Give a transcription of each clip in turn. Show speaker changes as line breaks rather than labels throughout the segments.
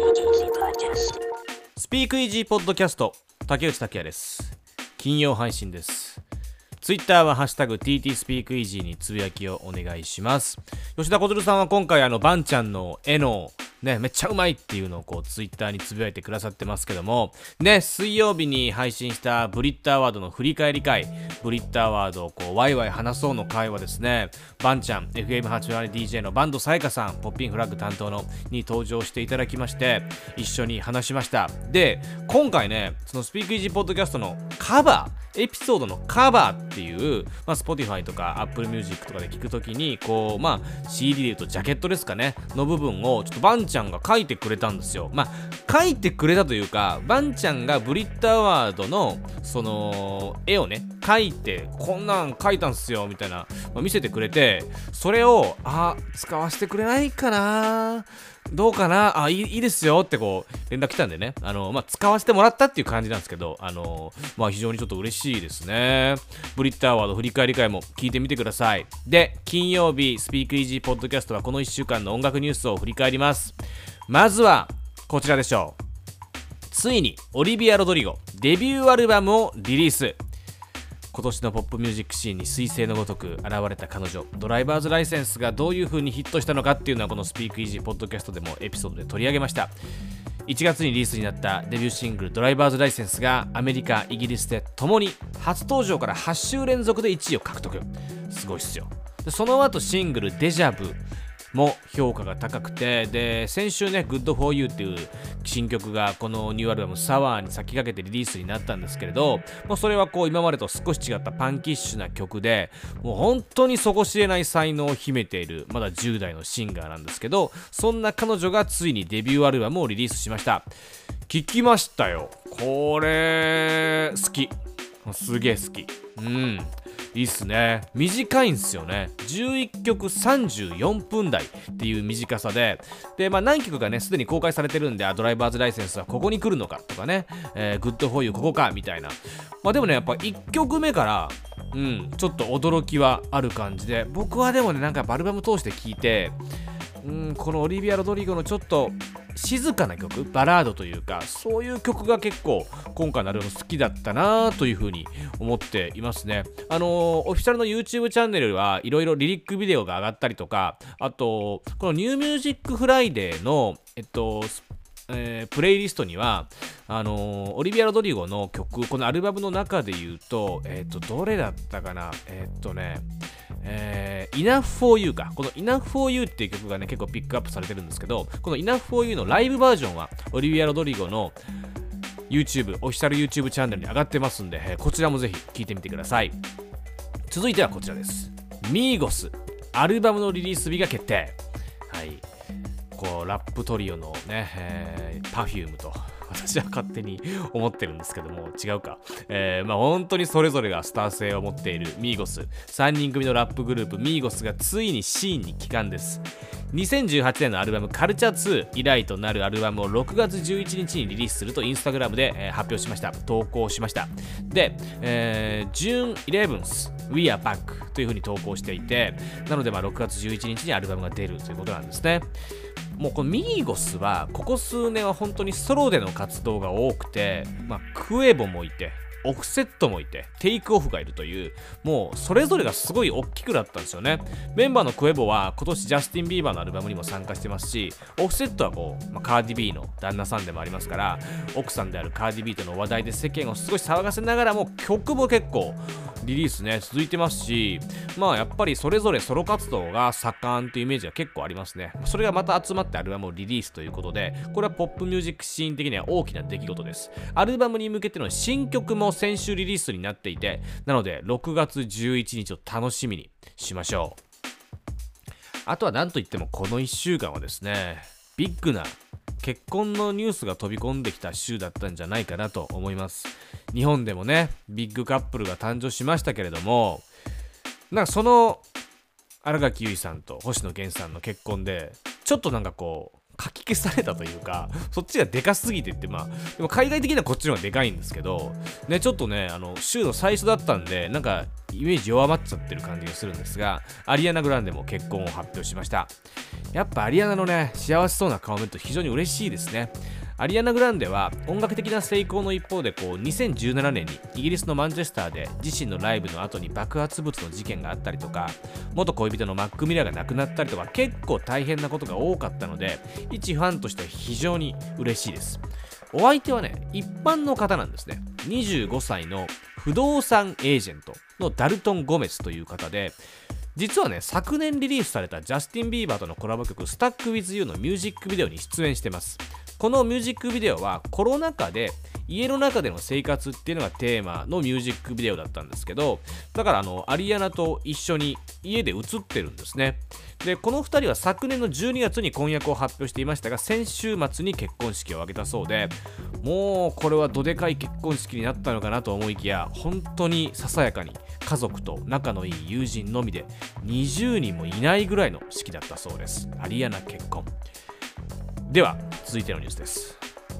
スピークイージーポッドキャスト、竹内拓也です。金曜配信です。ツイッターはハッシュタグ TT スピークイージーにつぶやきをお願いします。吉田小さんは今回バンちゃんの絵のね、めっちゃうまいっていうのをツイッターにつぶやいてくださってますけどもね、水曜日に配信したブリッターワードの振り返り会、ブリッターワードをワイワイ話そうの会はですね、バンちゃん FM802DJ のバンドさやかさん、ポッピンフラッグ担当のに登場していただきまして、一緒に話しました。で、今回ね、そのスピークイージーポッドキャストのカバーエピソードのカバーっていう、Spotify とか Apple Music とかで聞くときにCD で言うとジャケットですかねの部分をちょっとバンちゃんが書いてくれたんですよ。書いてくれたというか、バンちゃんがブリッターワードのその絵をね描いて、こんなん描いたんすよみたいな、見せてくれて、それを使わせてくれないかな、どうかな、いいですよって連絡来たんでね、使わせてもらったっていう感じなんですけど、非常にちょっと嬉しいですね。ブリッターワード振り返り会も聞いてみてください。で、金曜日スピークイージーポッドキャストはこの1週間の音楽ニュースを振り返ります。まずはこちらでしょう。ついにオリビア・ロドリゴデビューアルバムをリリース。今年のポップミュージックシーンに彗星のごとく現れた彼女、ドライバーズライセンスがどういう風にヒットしたのかっていうのは、このスピークイージーポッドキャストでもエピソードで取り上げました。1月にリリースになったデビューシングルドライバーズライセンスがアメリカ、イギリスでともに初登場から8週連続で1位を獲得。すごいっすよ。で、その後シングルデジャブも評価が高くて、で、先週ね Good for You っていう新曲がこのニューアルバムサワーに先駆けてリリースになったんですけれど、それは今までと少し違ったパンキッシュな曲で、もう本当に底知れない才能を秘めているまだ10代のシンガーなんですけど、そんな彼女がついにデビューアルバムをリリースしました。聞きましたよ。これ好き、すげえ好き。いいっすね。短いんすよね。11曲34分台っていう短さで、何曲かねすでに公開されてるんで、ドライバーズライセンスはここに来るのかとかね、Good for You ここかみたいな。でもね、やっぱ1曲目からちょっと驚きはある感じで、僕はでもね、やっぱアルバム通して聴いて、このオリビア・ロドリゴのちょっと静かな曲、バラードというか、そういう曲が結構今回のアルバム好きだったなというふうに思っていますね。オフィシャルの YouTube チャンネルはいろいろリリックビデオが上がったりとか、あとこのニューミュージックフライデーのプレイリストにはオリビア・ロドリゴの曲、このアルバムの中で言うとどれだったかな、Enough for You か。この Enough for You っていう曲がね結構ピックアップされてるんですけど、この Enough for You のライブバージョンはオリビア・ロドリゴの YouTube オフィシャル YouTube チャンネルに上がってますんで、こちらもぜひ聴いてみてください。続いてはこちらです。ミーゴスアルバムのリリース日が決定。はい、ラップトリオのね、Perfume と私は勝手に思ってるんですけども、違うか。本当にそれぞれがスター性を持っているミーゴス、3人組のラップグループミーゴスがついにシーンに帰還です。2018年のアルバムカルチャー2以来となるアルバムを6月11日にリリースするとインスタグラムで、発表しました。投稿しました。で、June 11th We are back という風に投稿していて、なので6月11日にアルバムが出るということなんですね。もうこのミーゴスはここ数年は本当にソロでの活動が多くて、クエボもいて、オフセットもいて、テイクオフがいるという、もうそれぞれがすごい大きくなったんですよね。メンバーのクエボは今年ジャスティン・ビーバーのアルバムにも参加してますし、オフセットはカーディビーの旦那さんでもありますから、奥さんであるカーディビーとの話題で世間を少し騒がせながらも、曲も結構リリースね続いてますし、やっぱりそれぞれソロ活動が盛んというイメージが結構ありますね。それがまた集まってアルバムをリリースということで、これはポップミュージックシーン的には大きな出来事です。アルバムに向けての新曲も先週リリースになっていて、なので6月11日を楽しみにしましょう。あとは何といってもこの1週間はですね、ビッグな結婚のニュースが飛び込んできた週だったんじゃないかなと思います。日本でもねビッグカップルが誕生しましたけれども、その新垣結衣さんと星野源さんの結婚でちょっとかき消されたというか、そっちがでかすぎてって、でも海外的にはこっちの方がでかいんですけど、ね、ちょっとね、週の最初だったんで、なんか、イメージ弱まっちゃってる感じがするんですが、アリアナ・グランデも結婚を発表しました。やっぱアリアナのね、幸せそうな顔を見ると非常に嬉しいですね。アリアナ・グランデは音楽的な成功の一方で2017年にイギリスのマンチェスターで自身のライブの後に爆発物の事件があったりとか、元恋人のマック・ミラーが亡くなったりとか、結構大変なことが多かったので、一ファンとしては非常に嬉しいです。お相手はね、一般の方なんですね。25歳の不動産エージェントのダルトン・ゴメスという方で、実はね、昨年リリースされたジャスティン・ビーバーとのコラボ曲 Stuck with You のミュージックビデオに出演してます。このミュージックビデオはコロナ禍で家の中での生活っていうのがテーマのミュージックビデオだったんですけど、だからアリアナと一緒に家で映ってるんですね。で、この2人は昨年の12月に婚約を発表していましたが、先週末に結婚式を挙げたそうで、もうこれはどでかい結婚式になったのかなと思いきや、本当にささやかに家族と仲のいい友人のみで20人もいないぐらいの式だったそうです。アリアナ結婚では、続いてのニュースです。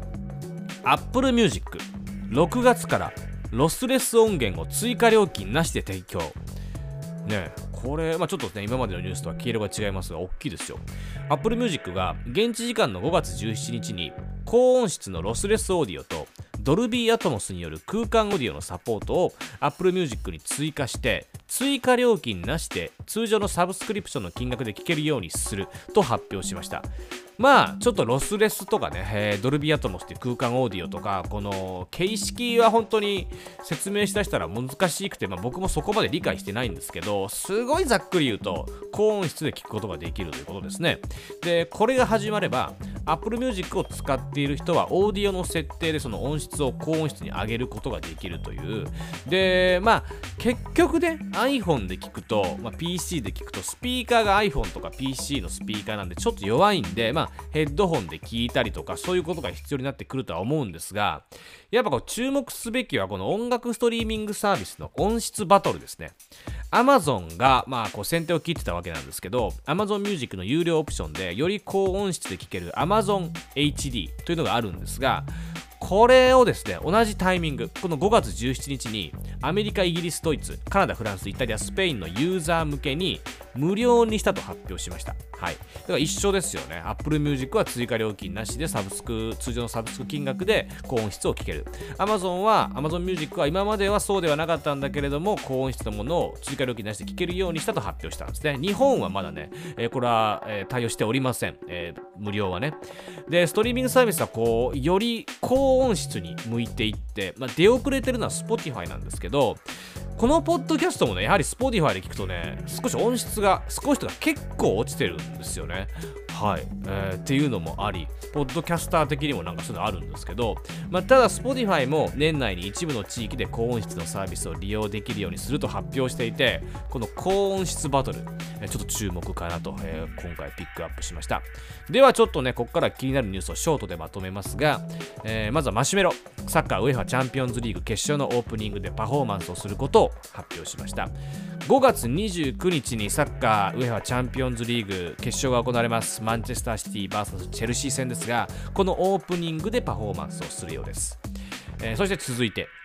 Apple Music 6月からロスレス音源を追加料金なしで提供ね。これ、ちょっとね、今までのニュースとは経路が違いますが、大きいですよ。Apple Music が現地時間の5月17日に高音質のロスレスオーディオとドルビーアトモスによる空間オーディオのサポートを Apple Music に追加して、追加料金なしで通常のサブスクリプションの金額で聴けるようにすると発表しました。ちょっとロスレスとかね、ドルビーアトモスっていう空間オーディオとか、この形式は本当に説明しだしたら難しくて、僕もそこまで理解してないんですけど、すごいざっくり言うと高音質で聞くことができるということですね。で、これが始まれば Apple Music を使っている人はオーディオの設定でその音質を高音質に上げることができるという。で、結局ね、iPhone で聞くと、PC で聞くとスピーカーが iPhone とか PC のスピーカーなんでちょっと弱いんで、ヘッドホンで聞いたりとか、そういうことが必要になってくるとは思うんですが、やっぱ注目すべきはこの音楽ストリーミングサービスの音質バトルですね。Amazon が先手を切ってたわけなんですけど、Amazon Music の有料オプションでより高音質で聴ける Amazon HD というのがあるんですが、これをですね、同じタイミング、この5月17日にアメリカ、イギリス、ドイツ、カナダ、フランス、イタリア、スペインのユーザー向けに無料にしたと発表しました。はい。だから一緒ですよね。Apple Music は追加料金なしで通常のサブスク金額で高音質を聴ける。Amazon Music は今まではそうではなかったんだけれども、高音質のものを追加料金なしで聴けるようにしたと発表したんですね。日本はまだね、これは、対応しておりません。無料はね。で、ストリーミングサービスはより高音質に向いていって、出遅れてるのは Spotify なんですけど、このポッドキャストもね、やはり Spotify で聞くとね、音質が結構落ちてるんですよね。はい、っていうのもあり、ポッドキャスター的にもなんかそういうのあるんですけど、ただ Spotify も年内に一部の地域で高音質のサービスを利用できるようにすると発表していて、この高音質バトル、ちょっと注目かなと、今回ピックアップしました。ではちょっとね、ここから気になるニュースをショートでまとめますが、まずはマシュメロ、サッカーUEFAチャンピオンズリーグ決勝のオープニングでパフォーマンスをすることを発表しました。5月29日にサッカー UEFA チャンピオンズリーグ決勝が行われます。マンチェスターシティ vs チェルシー戦ですが、このオープニングでパフォーマンスをするようです。そして続いて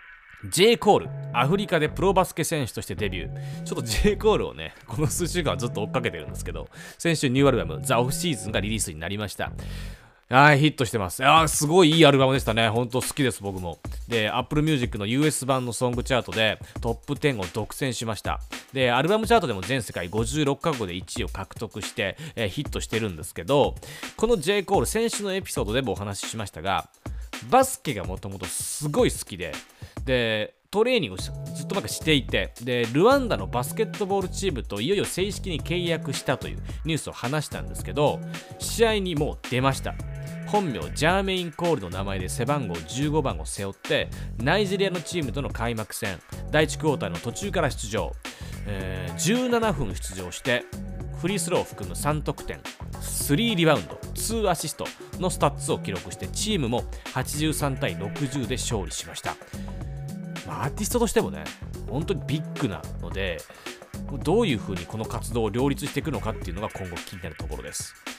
J. コール、アフリカでプロバスケ選手としてデビュー。ちょっと J. コールをね、この数週間はずっと追っかけてるんですけど、先週ニューアルバム The Off Season がリリースになりました。ヒットしてます。すごいいいアルバムでしたね。本当好きです、僕も。で、Apple Music の US 版のソングチャートでトップ10を独占しました。で、アルバムチャートでも全世界56カ国で1位を獲得して、ヒットしてるんですけど、この J. コール、先週のエピソードでもお話ししましたが、バスケがもともとすごい好きで、トレーニングをずっとしていて、で、ルワンダのバスケットボールチームといよいよ正式に契約したというニュースを話したんですけど、試合にもう出ました。本名ジャーメイン・コールの名前で背番号15番を背負ってナイジェリアのチームとの開幕戦第1クォーターの途中から出場、17分出場してフリースローを含む3得点3リバウンド2アシストのスタッツを記録してチームも83対60で勝利しました。アーティストとしてもね本当にビッグなので、どういう風にこの活動を両立していくのかっていうのが今後気になるところです。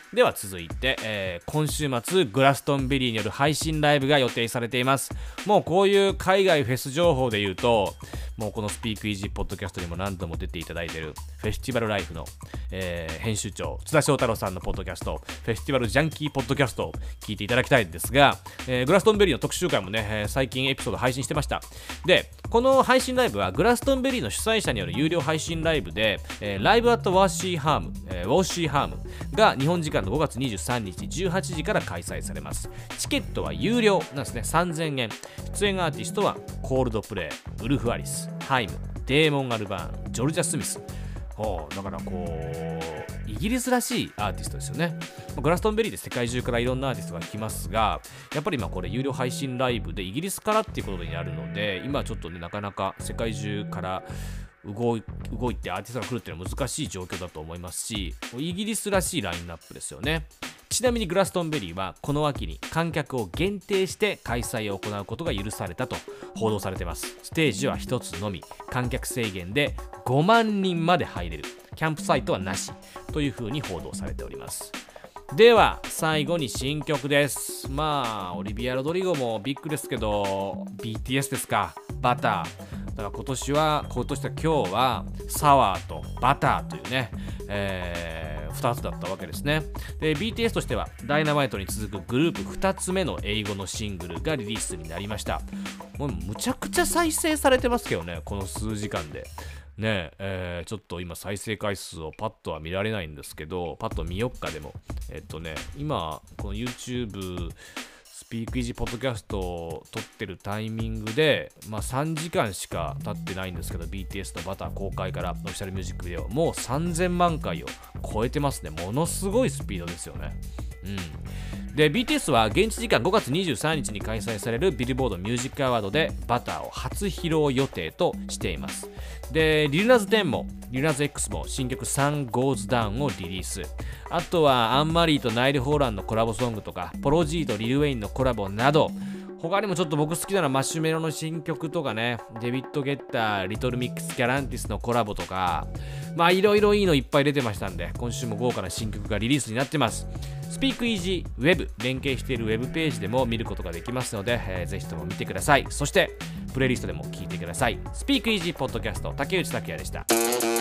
では続いて、今週末グラストンベリーによる配信ライブが予定されています。もうこういう海外フェス情報で言うと、もうこのスピークイージーポッドキャストにも何度も出ていただいているフェスティバルライフの、編集長津田翔太郎さんのポッドキャスト、フェスティバルジャンキーポッドキャストを聞いていただきたいんですが、グラストンベリーの特集会もね、最近エピソード配信してました。で、この配信ライブはグラストンベリーの主催者による有料配信ライブで、ライブアットウォッシーハームが日本時間の5月23日18時から開催されます。チケットは有料なんですね。3000円。出演アーティストはコールドプレイ、ウルフ・アリス、ハイム、デーモン・アルバーン、ジョルジャ・スミス。だからこうイギリスらしいアーティストですよね。グラストンベリーで世界中からいろんなアーティストが来ますが、やっぱりこれ有料配信ライブでイギリスからっていうことになるので、今ちょっとねなかなか世界中から動いてアーティストが来るっていうのは難しい状況だと思いますし、イギリスらしいラインナップですよね。ちなみにグラストンベリーはこの秋に観客を限定して開催を行うことが許されたと報道されています。ステージは一つのみ、観客制限で5万人まで入れる、キャンプサイトはなしというふうに報道されております。では最後に新曲です。オリビア・ロドリゴもビッグですけど BTS ですか。バターだから今年は今日はサワーとバターというね、2つだったわけですね。で BTS としてはダイナマイトに続くグループ2つ目の英語のシングルがリリースになりました。もうむちゃくちゃ再生されてますけどね、この数時間でね。ちょっと今再生回数をパッとは見られないんですけど、パッと見よっか。でも今この YouTubeスピークイージーポッドキャストを撮ってるタイミングで、3時間しか経ってないんですけど、 BTS のバター公開からオフィシャルミュージックビデオもう3000万回を超えてますね。ものすごいスピードですよね。で BTS は現地時間5月23日に開催されるビルボードミュージックアワードでバターを初披露予定としています。でリルナズ10もリルナズ X も新曲 Sun Goes Down をリリース。あとはアンマリーとナイル・ホーランのコラボソングとか、ポロジーとリル・ウェインのコラボなど、他にもちょっと僕好きなのはマシュメロの新曲とかね、デビッド・ゲッター、リトル・ミックス・ギャランティスのコラボとか、いろいろいいのいっぱい出てましたんで、今週も豪華な新曲がリリースになってます。スピークイージーウェブ連携しているウェブページでも見ることができますので、ぜひとも見てください。そしてプレイリストでも聞いてください。スピークイージーポッドキャスト、竹内拓也でした。